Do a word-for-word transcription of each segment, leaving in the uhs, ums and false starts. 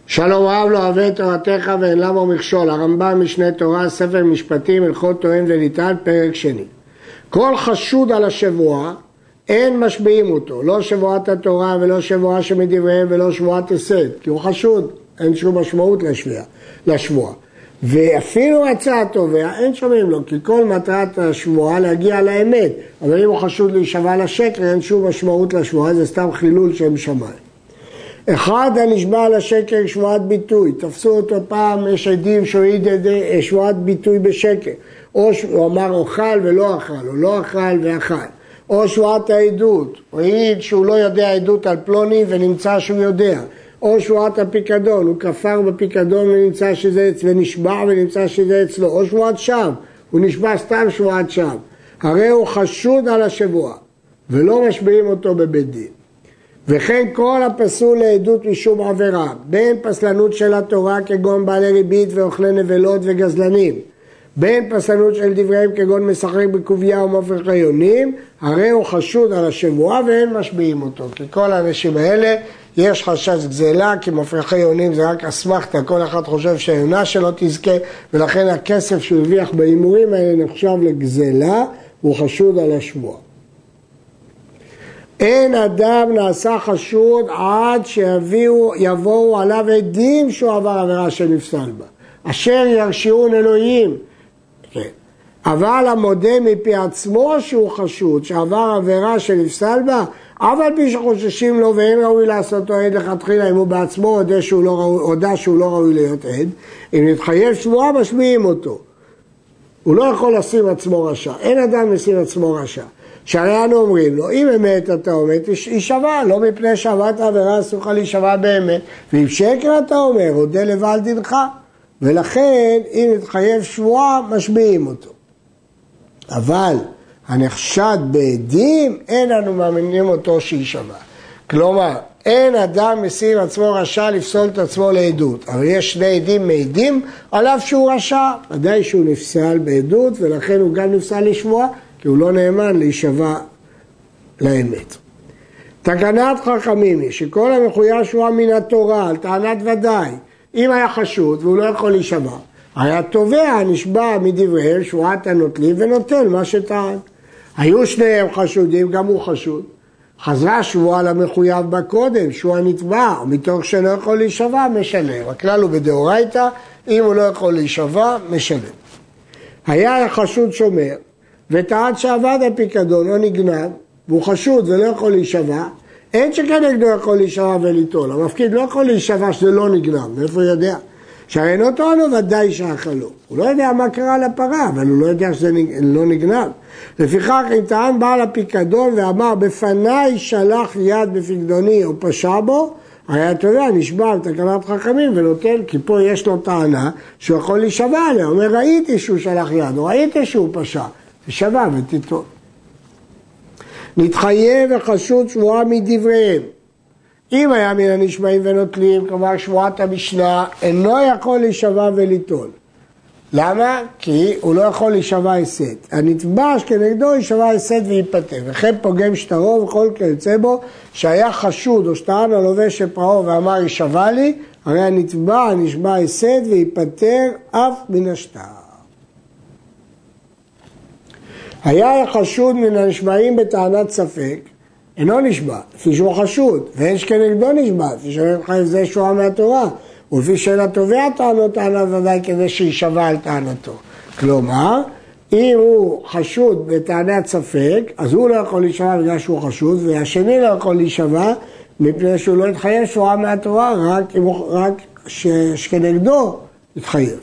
שלום רב לא אוהב את תורתך ואין למה מכשול. הרמב"ם משנה תורה, ספר משפטים, הלכות טוען וניתן, פרק שני. כל חשוד על השבועה אין משביעים אותו, לא שבועת התורה ולא שבועה שמדבריהם ולא שבועת הסד, כי הוא חשוד, אין שום משמעות לשבועה. לשבועה. ואפילו רצה התובע, אין שומעים לו, כי כל מטרת השבועה להגיע לאמת, אבל אם הוא חשוד להישבע לשקר, אין שום משמעות לשבועה, זה סתם חילול שם שמיים. אחד הנשבע על השקר שבועת ביטוי, תפסו אותו פעם, יש עדים שהוא העיד שבועת ביטוי בשקר, או הוא אמר אוכל ולא אכל, או לא אכל ואכל, או שבועת העדות, הוא העיד שהוא לא יודע עדות על פלוני ונמצא שהוא יודע, או שבועת הפיקדון, הוא כפר בפיקדון ונמצא שזה אצלו, ונשבע ונמצא שזה אצלו, או שבועת שם, הוא נשבע סתם שבועת שם, הרי הוא חשוד על השבועה, ולא משביעים אותו בבית דין. וכן כל הפסול לעדות משום עבירה, בין פסלנות של התורה כגון בעלי ריבית ואוכלי נבלות וגזלנים, בין פסלנות של דבריהם כגון משחק בקוביה ומפרחי יונים, הרי הוא חשוד על השבועה ואין משביעים אותו. כי כל האנשים האלה יש חשש גזלה, כי מפרחי יונים זה רק אסמכתה, כל אחד חושב שהיונה שלו תזכה, ולכן הכסף שהוא הרוויח בהימורים האלה נחשב לגזלה, הוא חשוד על השבועה. אין אדם נעשה חשוד עד שיבואו עליו עדים שהוא עבר עבירה שנפסל בה. אשר ירשיעון אלוהים. כן. אבל המודה מפי עצמו שהוא חשוד, שעבר עבירה שנפסל בה, אבל פי שחוששים לו ואין ראוי לעשותו עד לכתחילה, אם הוא בעצמו הודה שהוא לא ראוי, הודה שהוא לא ראוי להיות עד, אם נתחייב שבועה משמיעים אותו. הוא לא יכול לשים עצמו רשע. אין אדם לשים עצמו רשע. שהרי אנו אומרים לו, אם אמת אתה אומר, יישבע, לא מפני שעברת עבירה אסור לך להישבע באמת, ואם שקר אתה אומר, הודה לבעל דינך, ולכן אם נתחייב שבועה, משביעים אותו. אבל הנחשד בעדים, אין אנו מאמינים אותו שישבע. כלומר, אין אדם משים עצמו רשע לפסול את עצמו לעדות, אבל יש שני עדים מעידים עליו שהוא רשע, ודאי שהוא נפסל בעדות, ולכן הוא גם נפסל לשבועה, כי הוא לא נאמן להישבע לאמת. תקנת חכמים היא שכל המחויב שבועה מן התורה על טענת ודאי, אם היה חשוד והוא לא יכול להישבע, היה תובע נשבע מדבריהם שבועת הנוטלים ונוטל מה שטען. היו שניהם חשודים, גם הוא חשוד. חזרה שבועה למחויב בקודם, שהוא הנתבע, מתוך שלא יכול להישבע, משלם. הכלל הוא בדאורייתא, אם הוא לא יכול להישבע, משלם. היה החשוד שומר, וטען שעבד הפיקדון או נגנב, והוא חשוד ולא יכול להישבע, אין שכנגדו יכול להישבע וליטול. המפקיד לא יכול להישבע שזה לא נגנב, מאיפה הוא יודע? שהרי לא טוענו ודאי שאכלו. הוא לא יודע מה קרה לפרה, אבל הוא לא יודע שזה לא נגנב. לפיכך אם טען בעל הפיקדון ואמר בפניי שלח יד בפקדוני או פשע בו, הרי אתה יודע, נשבע בתקנת חכמים ונותן, כי פה יש לו טענה שהוא יכול להישבע עליה. הוא אומר ראיתי שהוא שלח יד, או ראיתי שהוא פשע. תשבע ותיטול. נתחייב וחשוד שבועה מדבריהם. אם היה מן הנשבעים ונוטלים, כלומר שבועת המשנה, אינו יכול להישבע וליטול. למה? כי הוא לא יכול להישבע הסד. הנתבע כנגדו יישבע הסד וייפטר. וכן פוגם שטרו וכל כיוצא בו, שהיה חשוד או שטען הלווה שפרעו ואמר יישבע לי, הרי הנתבע נשבע הסד וייפטר אף מן השטר. היה החשוד מן הנשבעים בטענת ספק, אינו נשבע, לפי שהוא חשוד, ואין שכנגדו נשבע, לפי שאין חייב זה שועה מהתורה, ולפי שאין התובע טענות טענה ודאי כדי שישבע על טענתו. כלומר, אם הוא חשוד בטענת ספק, אז הוא לא יכול להישבע בגלל שהוא חשוד, והשני לא יכול להישבע מפני שהוא לא יתחייב שועה מהתורה, רק, רק שכנגדו יתחייב.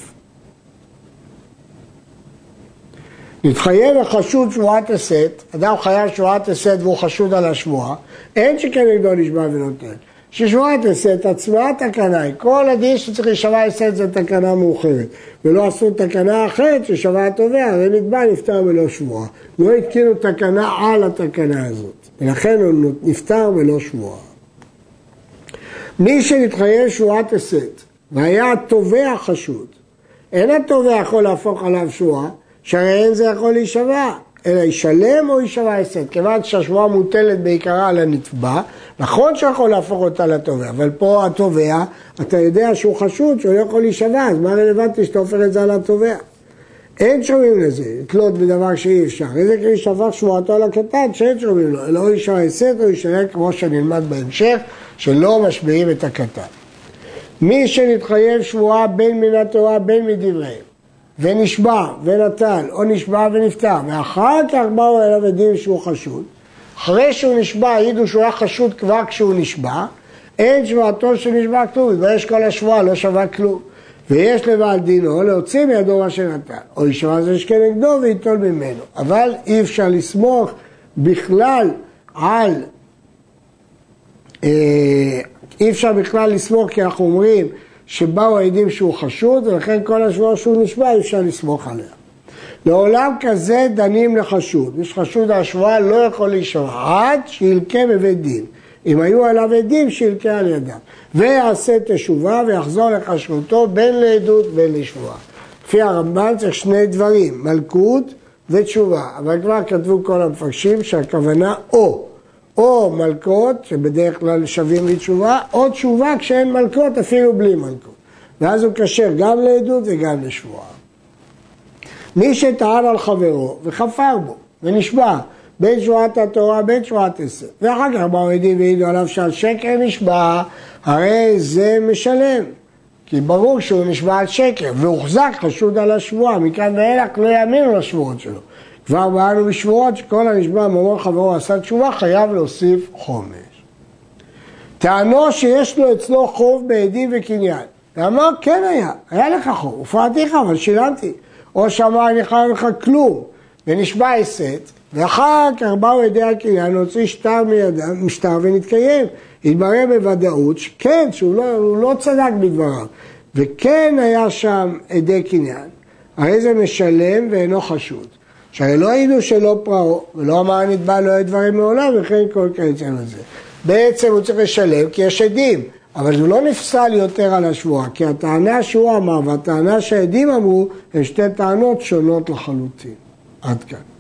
נתחייב החשוד שבועת הסד, אדם חייב שבועת הסד והוא חשוד על השבועה, אין שכנגדו נשבע ונותן. ששבועת הסד עצמה תקנה היא, כל הדין שצריך לשבע הסד זה תקנה מאוחרת, ולא עשו תקנה אחרת ששבע התובע, הרי נתבע נפטר בלא שבועה. לא התקינו תקנה על התקנה הזאת, ולכן הוא נפטר בלא שבועה. מי שנתחייב שבועת הסד, והיה התובע חשוד, אין התובע יכול להפוך עליו שבועה, שהרי אין זה יכול להישבע, אלא ישלם או יישבע הסת. כיוון שהשבועה מוטלת בעיקרה על הנתבע, נכון שיכול להפוך אותה לתובע, אבל פה התובע, אתה יודע שהוא חשוד, שהוא לא יכול להישבע, אז מה רלוונטי שאתה הופך את זה על התובע? אין שומעים לזה, לתלות בדבר שאי אפשר. איזה כלי שפך שבועתו על הקטן, שאין שומעים לו, לא יישבע הסת או ישלם כמו שנלמד בהמשך, שלא משביעים את הקטן. מי שנתחייב שבועה בין מן התורה בין מדבריהם, ונשבע ונטל, או נשבע ונפטר, ואחר כך באו אליו עדים שהוא חשוד, אחרי שהוא נשבע, העידו שהוא היה חשוד כבר כשהוא נשבע, אין שבועתו שנשבע כלום, ויש כל השבועה, לא שווה כלום. ויש לבעל דינו להוציא מידו מה שנטל, או ישבע זה שכנגדו ויטול ממנו. אבל אי אפשר לסמוך בכלל על, אה, אי אפשר בכלל לסמוך כי אנחנו אומרים, שבאו העדים שהוא חשוד, ולכן כל השבועה שהוא נשבע, אי אפשר לסמוך עליה. לעולם כזה דנים לחשוד. מי שחשוד על השבועה לא יכול להישבע, עד שילקה בבית דין. אם היו עליו עדים, שילקה על ידם. ויעשה תשובה ויחזור לחשודתו בין לעדות בין לשבועה. לפי הרמב"ן צריך שני דברים, מלכות ותשובה. אבל כבר כתבו כל המפרשים שהכוונה או. או מלכות, שבדרך כלל שווים לתשובה, או תשובה כשאין מלכות, אפילו בלי מלכות. ואז הוא קשר גם לעדות וגם לשבועה. מי שטען על חברו וחפר בו ונשבע בין שבועת התורה בין שבועת עשר, ואחר כך באו עדים והעידו עליו שעל שקר נשבע, הרי זה משלם. כי ברור שהוא נשבע על שקר, והוחזק חשוד על השבועה, מכאן ואילך לא יאמינו לשבועות שלו. כבר באנו בשבועות שכל הנשבע ממון חברו עשה תשובה, חייב להוסיף חומש. טענו שיש לו אצלו חוב בעדים וקניין. ואמר, כן היה, היה לך חוב, הופעתי לך, אבל שילמתי. או שאמר, אני חייב לך כלום, ונשבע הסת, ואחר כך באו עדי הקניין, להוציא שטר מידם, משטר ונתקיים. התברר בוודאות שכן, שהוא לא, הוא לא צדק בדבריו, וכן היה שם עדי קניין. הרי זה משלם ואינו חשוד. שהרי לא העידו שלא פרעו, ולא אמר הנתבע לא היה דברים מעולם, וכן כל כיוצא בזה. בעצם הוא צריך לשלם כי יש עדים, אבל הוא לא נפסל יותר על השבועה, כי הטענה שהוא אמר והטענה שהעדים אמרו, הן שתי טענות שונות לחלוטין. עד כאן.